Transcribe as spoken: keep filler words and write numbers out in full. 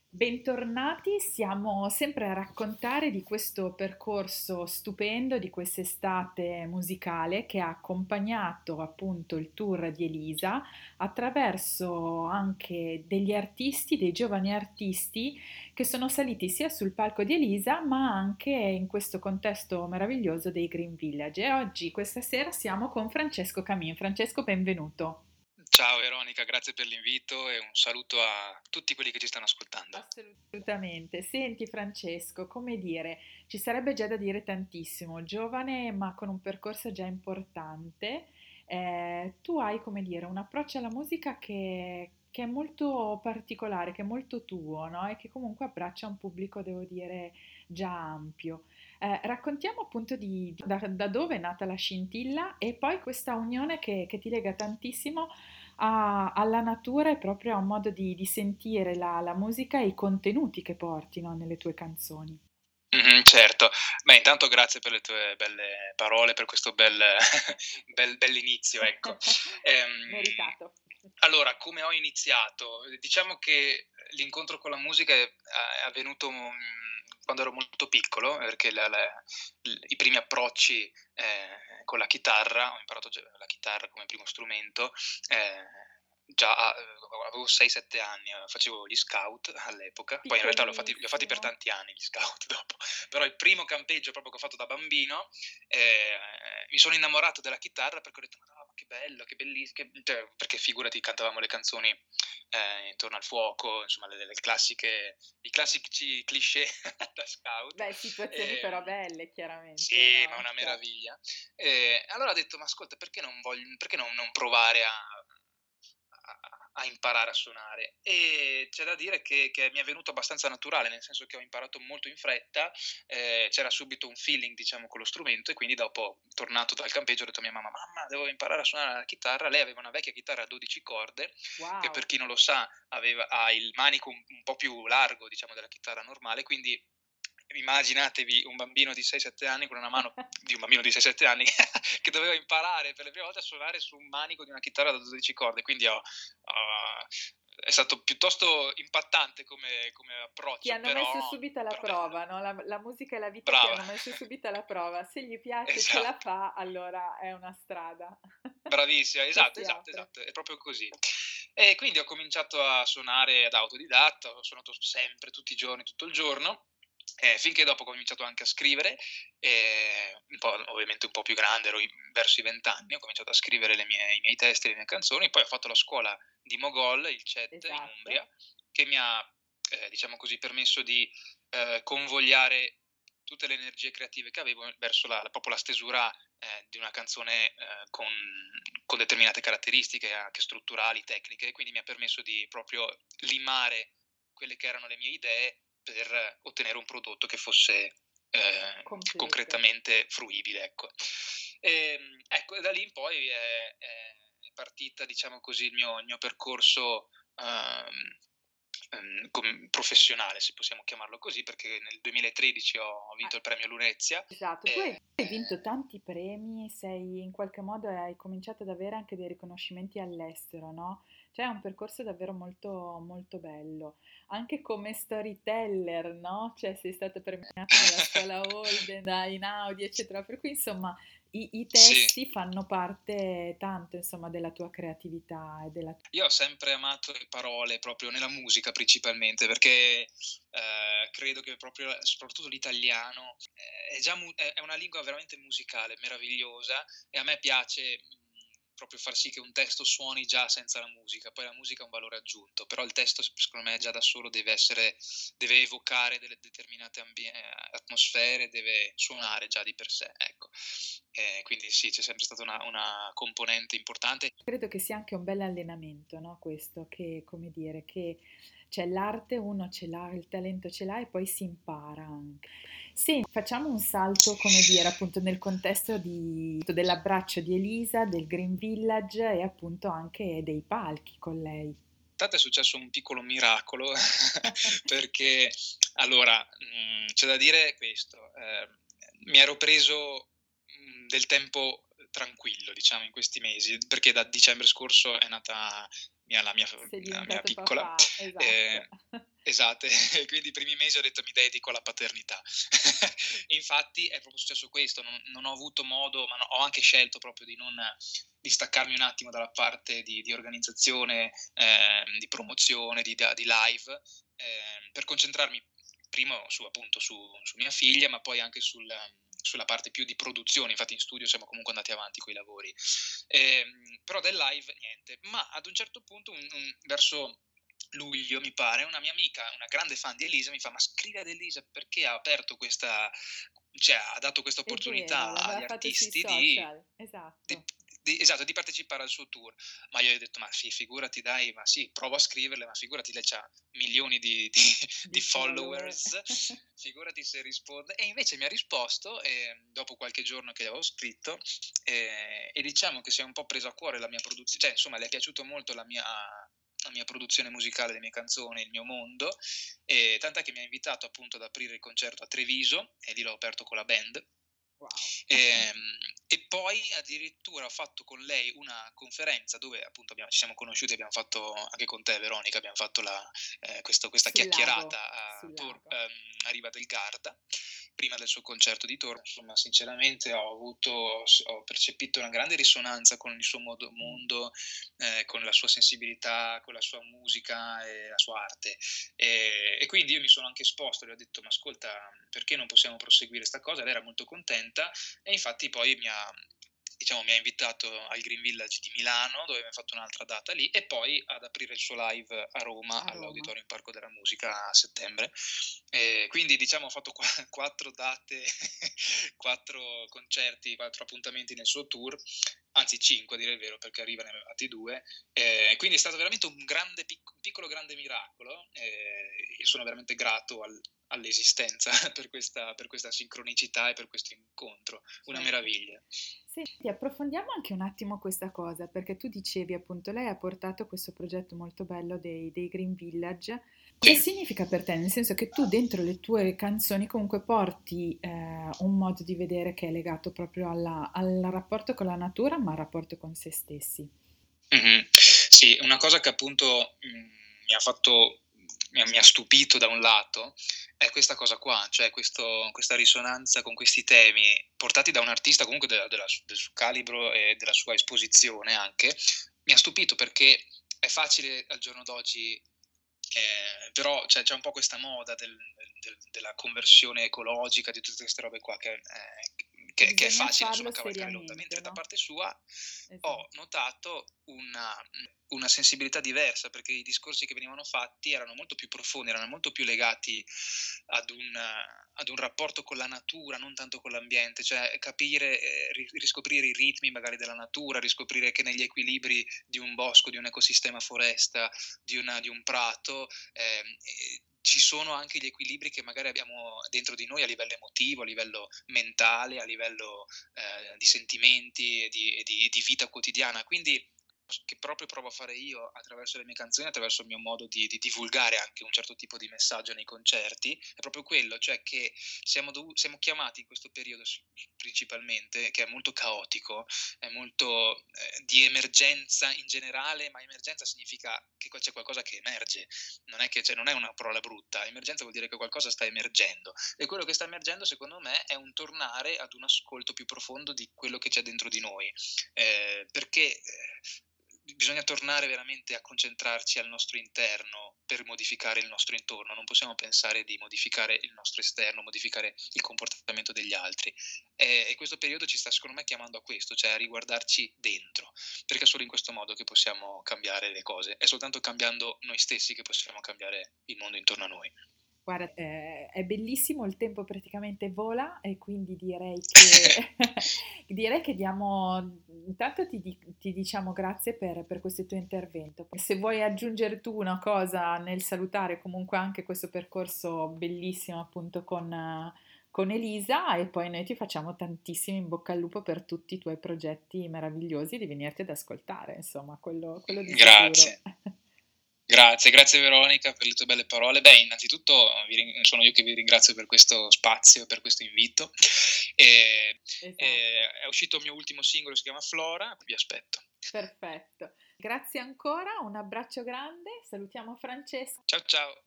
Bentornati, siamo sempre a raccontare di questo percorso stupendo, di quest'estate musicale che ha accompagnato appunto il tour di Elisa attraverso anche degli artisti, dei giovani artisti che sono saliti sia sul palco di Elisa ma anche in questo contesto meraviglioso dei Green Village. E oggi, questa sera, siamo con Francesco Camin. Francesco, benvenuto. Ciao Veronica, grazie per l'invito e un saluto a tutti quelli che ci stanno ascoltando. Assolutamente. Senti Francesco, come dire, ci sarebbe già da dire tantissimo, giovane ma con un percorso già importante. Eh, tu hai, come dire, un approccio alla musica che, che è molto particolare, che è molto tuo, no? E che comunque abbraccia un pubblico, devo dire, già ampio. Eh, raccontiamo appunto di, da, da dove è nata la scintilla e poi questa unione che, che ti lega tantissimo a- alla natura e proprio a un modo di, di sentire la, la musica e i contenuti che porti, no, nelle tue canzoni. Mh-mh, certo. Beh, intanto grazie per le tue belle parole, per questo bel bel bell'inizio, ecco. Ehm, Meritato. allora, come ho iniziato? Diciamo che l'incontro con la musica è è avvenuto, mhmm, quando ero molto piccolo, perché la la il i primi approcci, ehm, con la chitarra, ho imparato a gio la chitarra come primo strumento, ehm, già a uhm, avevo sei, sette anni, uhm, facevo gli scout all'epoca, poi in realtà l'ho fatti li ho fatti per Piccolissimo. tanti anni gli scout dopo, però il primo campeggio proprio che ho fatto da bambino, ehm, mi sono innamorato della chitarra perché ho detto: "Madonna, ma che bello, che belliss" che cioè, perché figurati cantavamo le canzoni, ehm, intorno al fuoco, insomma le le classiche i classici cliché da scout. Beh, situazioni però Ehm belle, chiaramente, sì, ma no? una Cioè, meraviglia. Ehm, allora ho detto: "Ma ascolta, perché non vogl perché non non provare a a a imparare a suonare?" E c'è da dire che che mi è venuto abbastanza naturale, nel senso che ho imparato molto in fretta, ehm, c'era subito un feeling, diciamo, con lo strumento e quindi dopo, tornato dal campeggio, ho detto a mia mamma: "Mamma, devo imparare a suonare la chitarra." Lei aveva una vecchia chitarra a dodici corde, che per wow. chi non lo sa aveva ha il manico un un po' più largo, diciamo, della chitarra normale, quindi immaginatevi un bambino di sei, sette anni con una mano di un bambino di sei, sette anni che doveva imparare per le prime volte a suonare su un manico di una chitarra da dodici corde, quindi ho ho è stato piuttosto impattante come come Ti approccio, hanno messo però subito alla però bello. prova, no? La, la musica e la vita ti Brava, hanno messo subito alla prova. Se gli piace e ce la esatto. fa, allora è una strada Bravissima, che esatto, si esatto, apre. esatto, è proprio così. E quindi ho cominciato a suonare da autodidatta, ho suonato sempre, tutti i giorni, tutto il giorno, ehm, finché dopo ho cominciato anche a scrivere, ehm, un po' ovviamente un po' più grande, ero i verso i venti anni, ho cominciato a scrivere le mie i miei testi, le mie canzoni, poi ho fatto la scuola di Mogol, il C E T in Esatto. Umbria, che mi ha, ehm, diciamo così, permesso di, ehm, convogliare tutte le energie creative che avevo verso la la proprio la stesura, ehm, di una canzone, ehm, con con determinate caratteristiche anche strutturali, tecniche, e quindi mi ha permesso di proprio limare quelle che erano le mie idee per ottenere un prodotto che fosse, ehm, Completo. concretamente fruibile, ecco. Ehm, ecco, e da lì in poi è è partita, diciamo così, il mio il mio percorso, uhm, ehm, com professionale, se possiamo chiamarlo così, perché nel duemilatredici ho ho Ah, vinto il premio Lunezia, esatto, tu hai ehm hai vinto tanti premi, sei in qualche modo hai cominciato ad avere anche dei riconoscimenti all'estero, no? Cioè è un percorso davvero molto, molto bello. Anche come storyteller, no? Cioè sei stato premiato dalla scuola Holden, da Inaudi, eccetera. Per cui insomma i, i Sì. testi fanno parte tanto, insomma, della tua creatività e della Io ho sempre amato le parole, proprio nella musica principalmente, perché, ehm, credo che proprio soprattutto l'italiano, ehm, è già mu è è una lingua veramente musicale, meravigliosa, e a me piace, mhmm, proprio far sì che un testo suoni già senza la musica, poi la musica ha un valore aggiunto, però il testo s secondo me già da solo deve essere deve evocare delle determinate ambie ehm, atmosfere, deve suonare già di per sé, ecco. Ehm, quindi sì, c'è sempre stata una una componente importante. Credo che sia anche un bell'allenamento, no, questo, che come dire, che c'è l'arte, uno ce l'ha, il talento ce l'ha e poi si impara anche. Senti, facciamo un salto, come dire, appunto nel contesto di, dell'abbraccio di Elisa, del Green Village e appunto anche dei palchi con lei. È successo un piccolo miracolo perché allora, mhmm, c'è da dire questo, ehm, mi ero preso, mhmm, del tempo tranquillo, diciamo, in questi mesi, perché da dicembre scorso è nata mia la mia f Sei la mia diventato piccola, papà, ehm esatto. esatto, e quindi i primi mesi ho detto mi dedico alla paternità. Infatti è proprio successo questo, non, non ho avuto modo, ma no, ho anche scelto proprio di non di staccarmi un attimo dalla parte di, di organizzazione, eh, di promozione, di, di live, eh, per concentrarmi prima su, appunto, su, su mia figlia, ma poi anche sul, sulla parte più di produzione. Infatti in studio siamo comunque andati avanti con i lavori. Eh, però del live niente, ma ad un certo punto, un, un, verso luglio mi pare, una mia amica, una grande fan di Elisa, mi fa: ma scrivi ad Elisa perché ha aperto questa, cioè ha dato questa È vero, opportunità l'aveva agli fatto sui artisti di, social, di, esatto. di, esatto, di partecipare al suo tour. Ma io gli ho detto: ma sì, figurati, dai, ma sì, provo a scriverle, ma figurati, lei c'ha milioni di, di, Di di follower. followers, figurati se risponde. E invece mi ha risposto, eh, dopo qualche giorno che gli avevo scritto, eh, e diciamo che si è un po' presa a cuore la mia produzione, cioè insomma le è piaciuto molto la mia, la mia produzione musicale, le mie canzoni, il mio mondo, e tant'è che mi ha invitato appunto ad aprire il concerto a Treviso, e lì l'ho aperto con la band. Wow. E, e poi addirittura ho fatto con lei una conferenza dove appunto abbiamo, ci siamo conosciuti, abbiamo fatto anche con te Veronica, abbiamo fatto la, eh, questo, questa Sul lago, chiacchierata a, sul Tor, lago. ehm, a Riva del Garda, prima del suo concerto di Torre. Insomma, sinceramente ho avuto, ho percepito una grande risonanza con il suo modo, Mm. mondo, eh, con la sua sensibilità, con la sua musica e la sua arte. E, e quindi io mi sono anche esposto, le ho detto: ma ascolta, perché non possiamo proseguire questa cosa? Lei era molto contenta, e infatti poi mi ha, diciamo, mi ha invitato al Green Village di Milano, dove mi ha fatto un'altra data lì, e poi ad aprire il suo live a Roma, A Roma. all'Auditorium Parco della Musica a settembre. E quindi diciamo ho fatto qu- quattro date, quattro concerti, quattro appuntamenti nel suo tour, anzi cinque a dire il vero, perché arriva ne aveva fatti due. Eh, quindi è stato veramente un grande, pic- un piccolo grande miracolo. Eh, io sono veramente grato al, all'esistenza per questa, per questa sincronicità e per questo incontro, una Certo. meraviglia. Senti, approfondiamo anche un attimo questa cosa, perché tu dicevi appunto, lei ha portato questo progetto molto bello dei, dei Green Village. Cosa Sì. significa per te? Nel senso che tu dentro le tue canzoni comunque porti eh, un modo di vedere che è legato proprio alla- al rapporto con la natura, ma al rapporto con se stessi. Mhm. Sì, una cosa che appunto mh, mi ha fatto, mi ha, mi ha stupito da un lato è questa cosa qua, cioè questo- questa risonanza con questi temi portati da un artista comunque della- della- del suo calibro e della sua esposizione anche. Mi ha stupito perché è facile al giorno d'oggi, eh, però cioè, c'è un po' questa moda del- del- della conversione ecologica, di tutte queste robe qua che, eh, Che che- che è bisogna facile farlo insomma cavalcare l'onda, seriamente, mentre da no? parte sua ho Esatto. notato una, una sensibilità diversa, perché i discorsi che venivano fatti erano molto più profondi, erano molto più legati ad un, ad un rapporto con la natura, non tanto con l'ambiente, cioè capire, eh, ri- riscoprire i ritmi magari della natura, riscoprire che negli equilibri di un bosco, di un ecosistema foresta, di, una, di un prato, ehm, eh, ci sono anche gli equilibri che magari abbiamo dentro di noi a livello emotivo, a livello mentale, a livello eh, di sentimenti e di, e di, di vita quotidiana. Quindi che proprio provo a fare io attraverso le mie canzoni, attraverso il mio modo di, di divulgare anche un certo tipo di messaggio nei concerti, è proprio quello, cioè che siamo, dov- siamo chiamati in questo periodo principalmente, che è molto caotico, è molto eh, di emergenza in generale, ma emergenza significa che c'è qualcosa che emerge, non è che cioè, non è una parola brutta, emergenza vuol dire che qualcosa sta emergendo, e quello che sta emergendo secondo me è un tornare ad un ascolto più profondo di quello che c'è dentro di noi, eh, perché eh, bisogna tornare veramente a concentrarci al nostro interno per modificare il nostro intorno, non possiamo pensare di modificare il nostro esterno, modificare il comportamento degli altri, e, e questo periodo ci sta secondo me chiamando a questo, cioè a riguardarci dentro, perché è solo in questo modo che possiamo cambiare le cose, è soltanto cambiando noi stessi che possiamo cambiare il mondo intorno a noi. Guarda, eh, è bellissimo, il tempo praticamente vola e quindi direi che, direi che diamo, intanto ti, di- ti diciamo grazie per, per questo tuo intervento. Se vuoi aggiungere tu una cosa nel salutare comunque anche questo percorso bellissimo appunto con, eh, con Elisa e poi noi ti facciamo tantissimo in bocca al lupo per tutti i tuoi progetti meravigliosi di venirti ad ascoltare, insomma, quello, quello di sicuro. Grazie. Grazie, grazie Veronica per le tue belle parole. Beh, innanzitutto vi ring- sono io che vi ringrazio per questo spazio, per questo invito. E, Esatto. e è uscito il mio ultimo singolo, si chiama Flora, vi aspetto. Perfetto. Grazie ancora, un abbraccio grande, salutiamo Francesco. Ciao ciao.